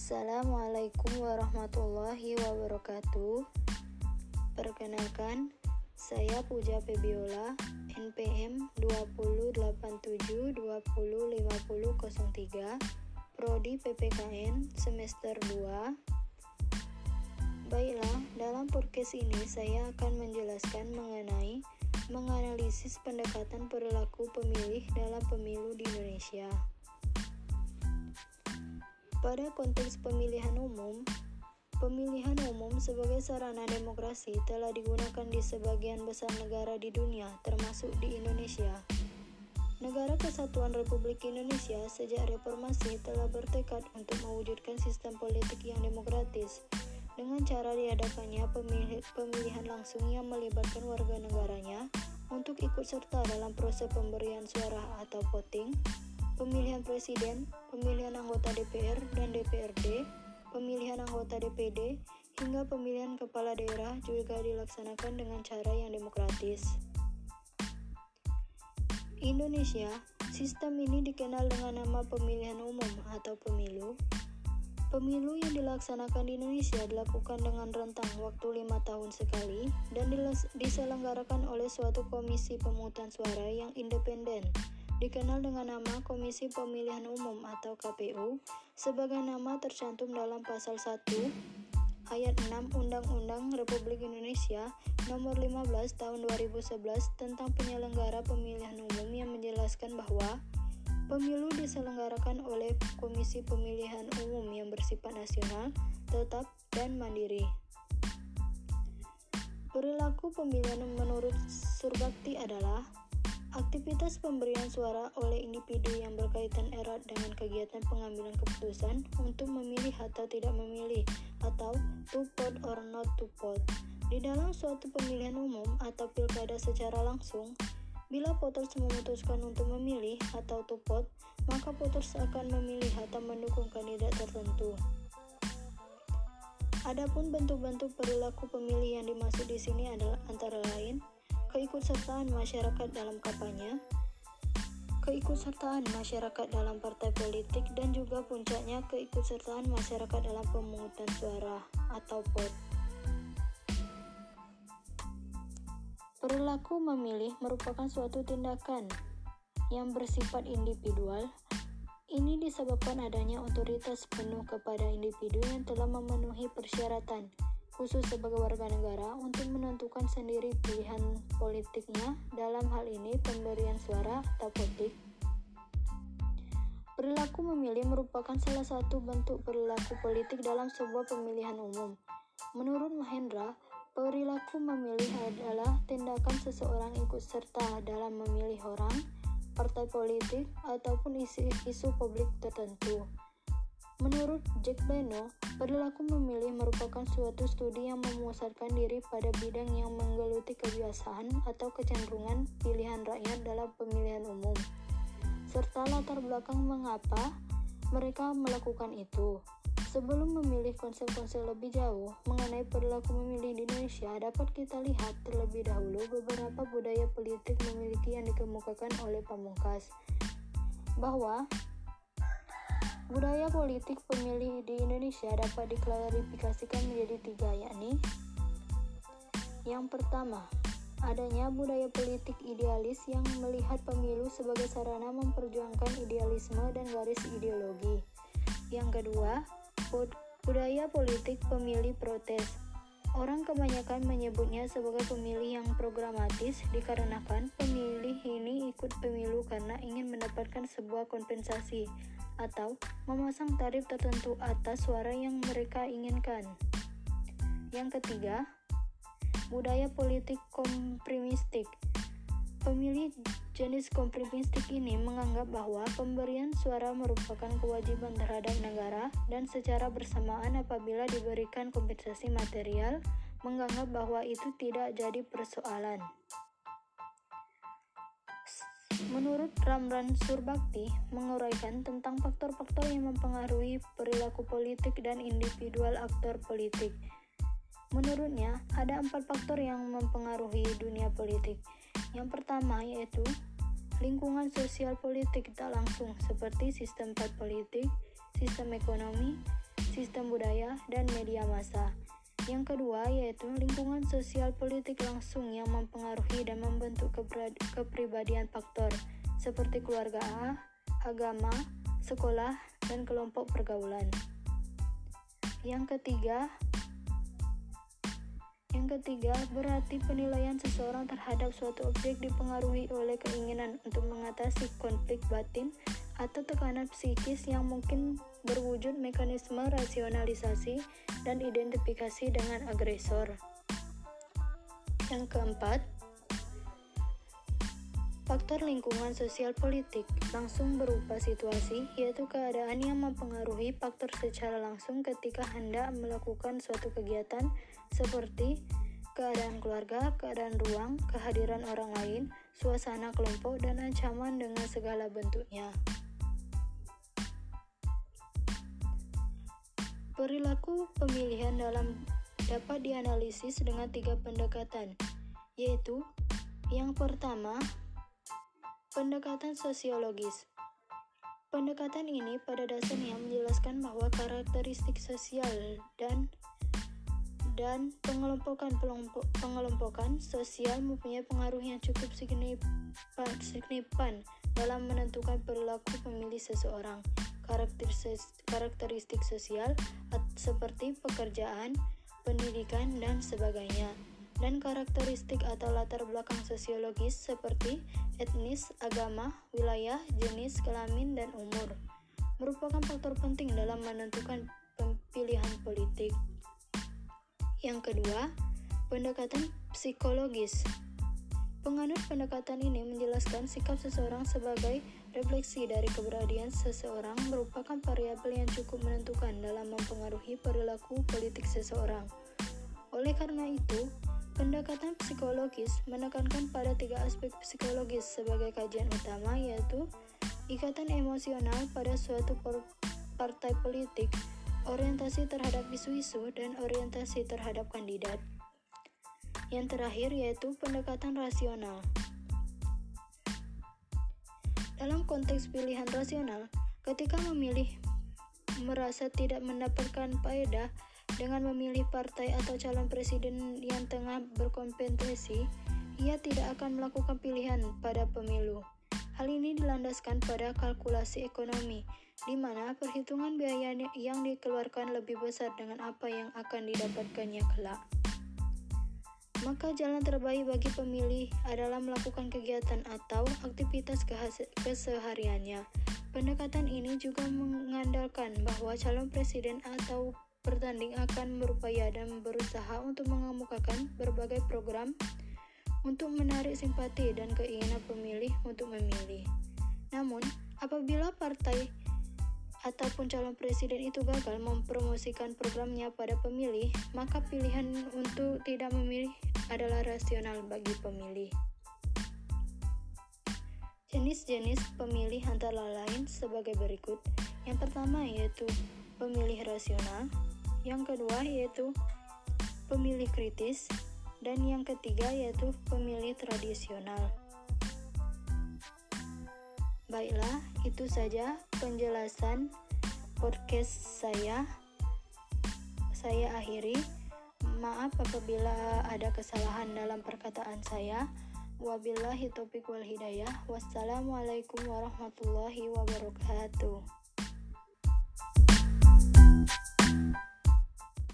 Assalamualaikum warahmatullahi wabarakatuh. Perkenalkan, saya Puja Febiola, NPM 2087205003, Prodi PPKN semester 2. Baiklah, dalam podcast ini saya akan menjelaskan mengenai menganalisis pendekatan perilaku pemilih dalam pemilu di Indonesia. Pada konteks pemilihan umum sebagai sarana demokrasi telah digunakan di sebagian besar negara di dunia, termasuk di Indonesia. Negara Kesatuan Republik Indonesia sejak reformasi telah bertekad untuk mewujudkan sistem politik yang demokratis dengan cara diadakannya pemilihan langsung yang melibatkan warga negaranya untuk ikut serta dalam proses pemberian suara atau voting, pemilihan presiden, pemilihan anggota DPR dan DPRD, pemilihan anggota DPD, hingga pemilihan kepala daerah juga dilaksanakan dengan cara yang demokratis. Indonesia, sistem ini dikenal dengan nama pemilihan umum atau pemilu. Pemilu yang dilaksanakan di Indonesia dilakukan dengan rentang waktu 5 tahun sekali dan diselenggarakan oleh suatu komisi pemungutan suara yang independen, dikenal dengan nama Komisi Pemilihan Umum atau KPU, sebagai nama tercantum dalam Pasal 1 Ayat 6 Undang-Undang Republik Indonesia Nomor 15 Tahun 2011 tentang penyelenggara pemilihan umum yang menjelaskan bahwa pemilu diselenggarakan oleh Komisi Pemilihan Umum yang bersifat nasional, tetap, dan mandiri. Perilaku pemilihan menurut Surbakti adalah aktivitas pemberian suara oleh individu yang berkaitan erat dengan kegiatan pengambilan keputusan untuk memilih atau tidak memilih, atau to vote or not to vote. Di dalam suatu pemilihan umum atau pilkada secara langsung, bila voters memutuskan untuk memilih atau to vote, maka voters akan memilih atau mendukung kandidat tertentu. Adapun bentuk-bentuk perilaku pemilih yang dimaksud di sini adalah antara lain keikutsertaan masyarakat dalam kampanye, keikutsertaan masyarakat dalam partai politik, dan juga puncaknya keikutsertaan masyarakat dalam pemungutan suara atau vote. Perilaku memilih merupakan suatu tindakan yang bersifat individual. Ini disebabkan adanya otoritas penuh kepada individu yang telah memenuhi persyaratan khusus sebagai warga negara untuk menentukan sendiri pilihan politiknya, dalam hal ini pemberian suara atau voting. Perilaku memilih merupakan salah satu bentuk perilaku politik dalam sebuah pemilihan umum. Menurut Mahendra, perilaku memilih adalah tindakan seseorang ikut serta dalam memilih orang, partai politik, ataupun isu publik tertentu. Menurut Jack Beno, perilaku memilih merupakan suatu studi yang memusatkan diri pada bidang yang menggeluti kebiasaan atau kecenderungan pilihan rakyat dalam pemilihan umum, serta latar belakang mengapa mereka melakukan itu. Sebelum memilih konsep-konsep lebih jauh mengenai perilaku memilih di Indonesia, dapat kita lihat terlebih dahulu beberapa budaya politik memiliki yang dikemukakan oleh Pamungkas, bahwa budaya politik pemilih di Indonesia dapat diklarifikasikan menjadi 3, yakni yang pertama, adanya budaya politik idealis yang melihat pemilu sebagai sarana memperjuangkan idealisme dan garis ideologi. Yang kedua, budaya politik pemilih protes. Orang kebanyakan menyebutnya sebagai pemilih yang programatis dikarenakan pemilih ini ikut pemilu karena ingin mendapatkan sebuah kompensasi atau memasang tarif tertentu atas suara yang mereka inginkan. Yang ketiga, budaya politik kompromistik. Pemilih jenis kompromistik ini menganggap bahwa pemberian suara merupakan kewajiban terhadap negara dan secara bersamaan apabila diberikan kompensasi material, menganggap bahwa itu tidak jadi persoalan. Menurut Ramlan Surbakti menguraikan tentang faktor-faktor yang mempengaruhi perilaku politik dan individual aktor politik. Menurutnya, ada 4 faktor yang mempengaruhi dunia politik. Yang pertama yaitu lingkungan sosial politik tak langsung seperti sistem politik, sistem ekonomi, sistem budaya, dan media massa. Yang kedua yaitu lingkungan sosial politik langsung yang mempengaruhi dan membentuk kepribadian faktor seperti keluarga, agama, sekolah, dan kelompok pergaulan. Yang ketiga berarti penilaian seseorang terhadap suatu objek dipengaruhi oleh keinginan untuk mengatasi konflik batin atau tekanan psikis yang mungkin berwujud mekanisme rasionalisasi dan identifikasi dengan agresor. Yang keempat, faktor lingkungan sosial politik langsung berupa situasi, yaitu keadaan yang mempengaruhi faktor secara langsung ketika hendak melakukan suatu kegiatan seperti keadaan keluarga, keadaan ruang, kehadiran orang lain, suasana kelompok, dan ancaman dengan segala bentuknya. Perilaku pemilihan dapat dianalisis dengan 3 pendekatan, yaitu yang pertama, pendekatan sosiologis. Pendekatan ini pada dasarnya menjelaskan bahwa karakteristik sosial dan pengelompokan sosial mempunyai pengaruh yang cukup signifikan dalam menentukan perilaku pemilih seseorang. Karakteristik sosial seperti pekerjaan, pendidikan, dan sebagainya, dan karakteristik atau latar belakang sosiologis seperti etnis, agama, wilayah, jenis kelamin, dan umur merupakan faktor penting dalam menentukan pilihan politik. Yang kedua, pendekatan psikologis. Penganut pendekatan ini menjelaskan sikap seseorang sebagai refleksi dari keberadaan seseorang merupakan variabel yang cukup menentukan dalam mempengaruhi perilaku politik seseorang. Oleh karena itu, pendekatan psikologis menekankan pada 3 aspek psikologis sebagai kajian utama, yaitu ikatan emosional pada suatu partai politik, orientasi terhadap isu-isu, dan orientasi terhadap kandidat. Yang terakhir yaitu pendekatan rasional. Dalam konteks pilihan rasional, ketika memilih merasa tidak mendapatkan faedah dengan memilih partai atau calon presiden yang tengah berkompetisi, ia tidak akan melakukan pilihan pada pemilu. Hal ini dilandaskan pada kalkulasi ekonomi, di mana perhitungan biaya yang dikeluarkan lebih besar dengan apa yang akan didapatkannya kelak. Maka jalan terbaik bagi pemilih adalah melakukan kegiatan atau aktivitas kesehariannya. Pendekatan ini juga mengandalkan bahwa calon presiden atau bertanding akan berupaya dan berusaha untuk mengemukakan berbagai program untuk menarik simpati dan keinginan pemilih untuk memilih. Namun, apabila partai ataupun calon presiden itu gagal mempromosikan programnya pada pemilih, maka pilihan untuk tidak memilih adalah rasional bagi pemilih. Jenis-jenis pemilih antara lain sebagai berikut. Yang pertama yaitu pemilih rasional, yang kedua yaitu pemilih kritis, dan yang ketiga yaitu pemilih tradisional. Baiklah, itu saja penjelasan podcast saya. Saya akhiri. Maaf apabila ada kesalahan dalam perkataan saya. Wabillahi taufiq wal hidayah. Wassalamualaikum warahmatullahi wabarakatuh.